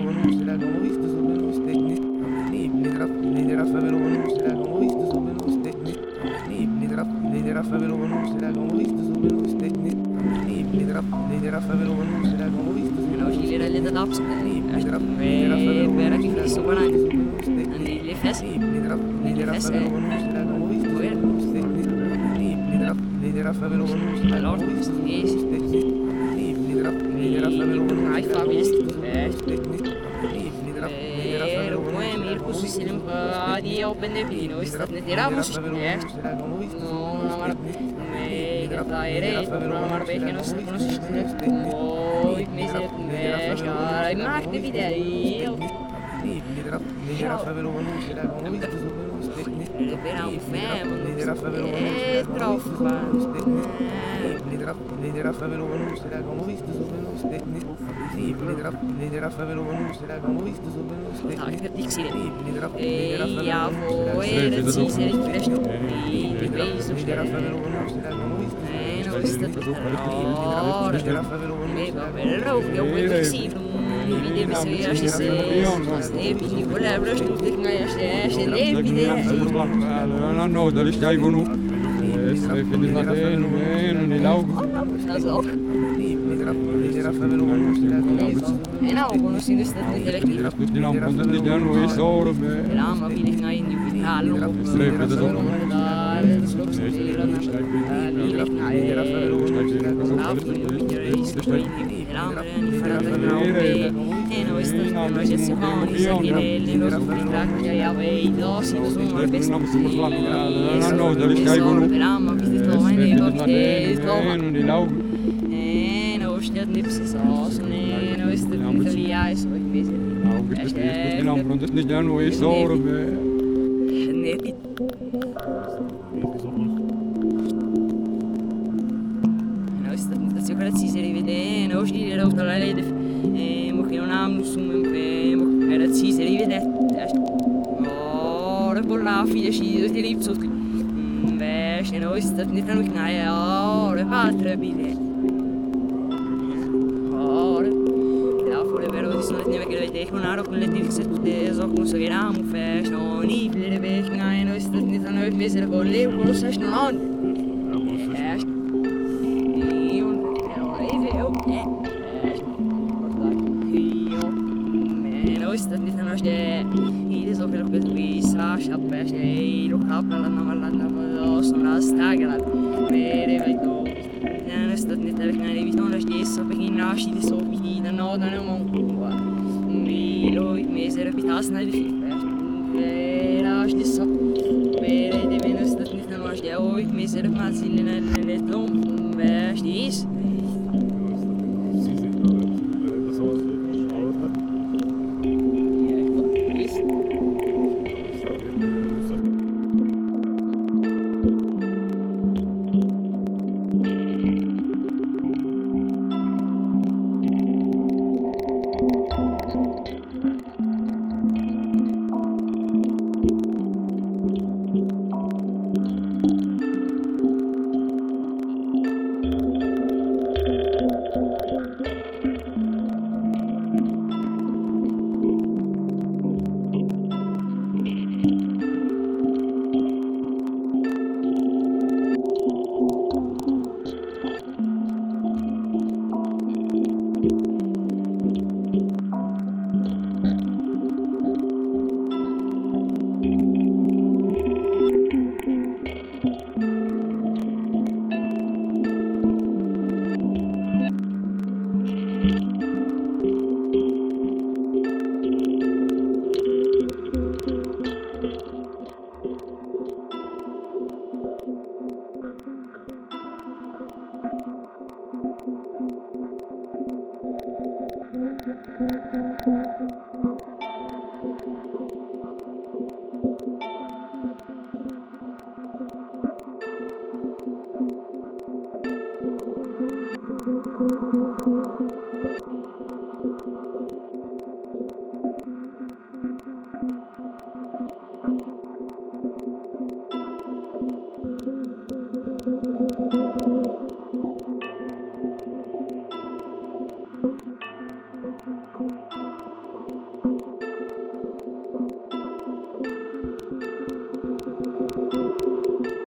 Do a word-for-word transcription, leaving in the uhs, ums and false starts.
Nou, jullie redden dat op. We werken hier zo aan. En die leefjes. Die leefjes. Weer. Alors, is. Ai, Fabius. Pero bueno, ir con su cinema di open de pino, sta ne tiramos. No, no, ma me da ere, no ma perché non si conosce. Poi mi se me schara, ma che videi. Era un femmino, è troppo. Ah, che difficile. E ja, voi ragazzi, se riesci a ripeso, eh, non sta tutto. No, e va bene, io vuoi sì. Видимо, я же степени volevano studiare non hanno da rischiaivano e finite non ne laugo e no conosci state delle la cucina un po' di giorno e solo me la ma vi non hai niente allo sempre da solo e noi stiamo facendo le nostre pratiche e avei dosi sono non hanno da rischiaivano ma vi sto venendo che non ne laugo e noi stiamo nipsi ne noi stiamo lì ai suoi mesi cucina un po' di giorno e solo me si si rivede, non si rivede tutta la rete, e mo che non ha nessun impegno, era si si rivede, ora con la figlia ci si ripso, invece noi stiamo in una ora altre bile, ora, la fuori vero di sono ne che vedete con aro con le diverse tutte so come so che era un fashion, i le becca e noi stiamo in una mese con le con lo sai non. It is over with we slash up best a look up and another sono stagna per vedo non sto ne per canale vi sono stesso perché in nasci di sopi da no da non qua mi lo mese repitasna di era stesso per de meno sto ne non è oi mese repasile nelle tom bestis Thank you.